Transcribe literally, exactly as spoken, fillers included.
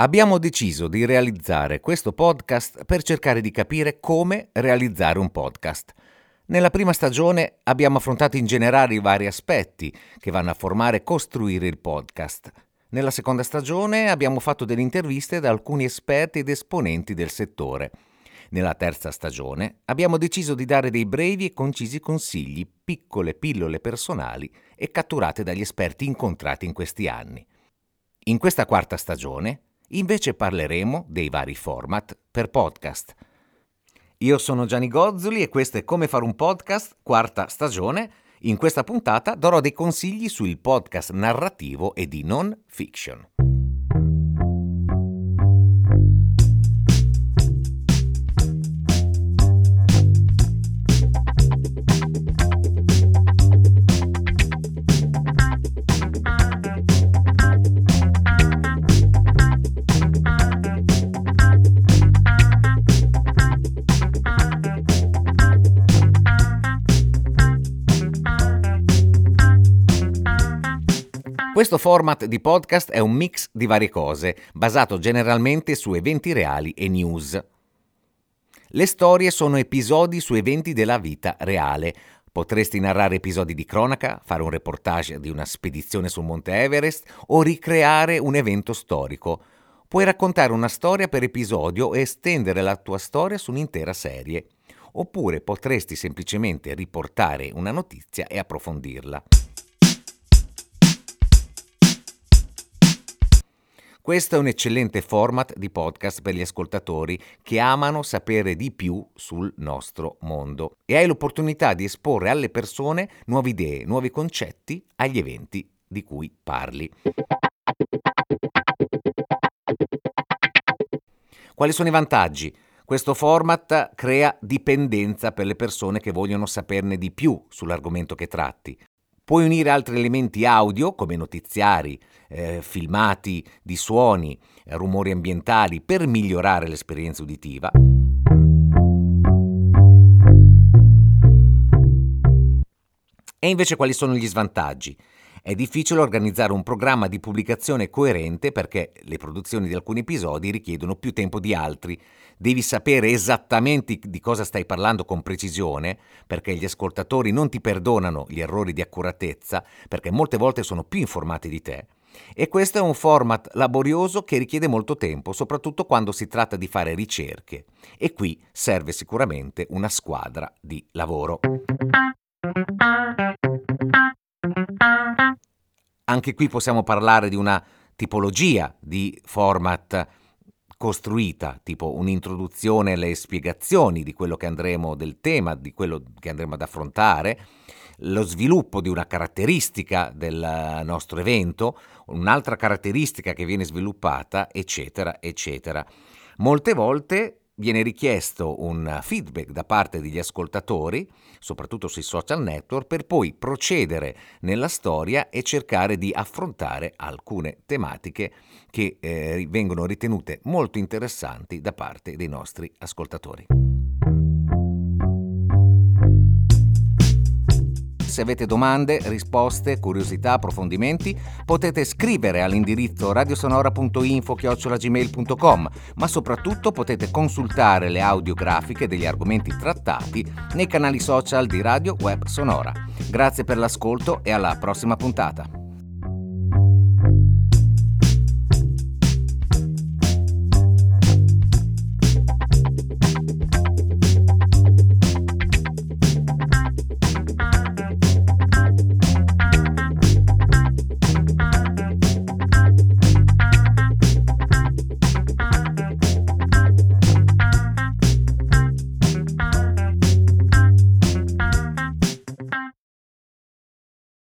Abbiamo deciso di realizzare questo podcast per cercare di capire come realizzare un podcast. Nella prima stagione abbiamo affrontato in generale i vari aspetti che vanno a formare e costruire il podcast. Nella seconda stagione abbiamo fatto delle interviste da alcuni esperti ed esponenti del settore. Nella terza stagione abbiamo deciso di dare dei brevi e concisi consigli, piccole pillole personali e catturate dagli esperti incontrati in questi anni. In questa quarta stagione invece parleremo dei vari format per podcast. Io sono Gianni Gozzoli e questo è Come fare un podcast, quarta stagione. In questa puntata darò dei consigli sul podcast narrativo e di non fiction. Questo format di podcast è un mix di varie cose, basato generalmente su eventi reali e news. Le storie sono episodi su eventi della vita reale. Potresti narrare episodi di cronaca, fare un reportage di una spedizione sul Monte Everest o ricreare un evento storico. Puoi raccontare una storia per episodio e estendere la tua storia su un'intera serie. Oppure potresti semplicemente riportare una notizia e approfondirla. Questo è un eccellente format di podcast per gli ascoltatori che amano sapere di più sul nostro mondo e hai l'opportunità di esporre alle persone nuove idee, nuovi concetti agli eventi di cui parli. Quali sono i vantaggi? Questo format crea dipendenza per le persone che vogliono saperne di più sull'argomento che tratti. Puoi unire altri elementi audio come notiziari, eh, filmati di suoni, eh, rumori ambientali per migliorare l'esperienza uditiva. E invece quali sono gli svantaggi? È difficile organizzare un programma di pubblicazione coerente perché le produzioni di alcuni episodi richiedono più tempo di altri. Devi sapere esattamente di cosa stai parlando con precisione perché gli ascoltatori non ti perdonano gli errori di accuratezza perché molte volte sono più informati di te. E questo è un format laborioso che richiede molto tempo, soprattutto quando si tratta di fare ricerche. E qui serve sicuramente una squadra di lavoro. Anche qui possiamo parlare di una tipologia di format costruita, tipo un'introduzione alle spiegazioni di quello che andremo, del tema, di quello che andremo ad affrontare, lo sviluppo di una caratteristica del nostro evento, un'altra caratteristica che viene sviluppata, eccetera, eccetera. Molte volte viene richiesto un feedback da parte degli ascoltatori, soprattutto sui social network, per poi procedere nella storia e cercare di affrontare alcune tematiche che eh, vengono ritenute molto interessanti da parte dei nostri ascoltatori. Se avete domande, risposte, curiosità, approfondimenti, potete scrivere all'indirizzo radiosonora punto info chiocciola gmail punto com, ma soprattutto potete consultare le audiografiche degli argomenti trattati nei canali social di Radio Web Sonora. Grazie per l'ascolto e alla prossima puntata.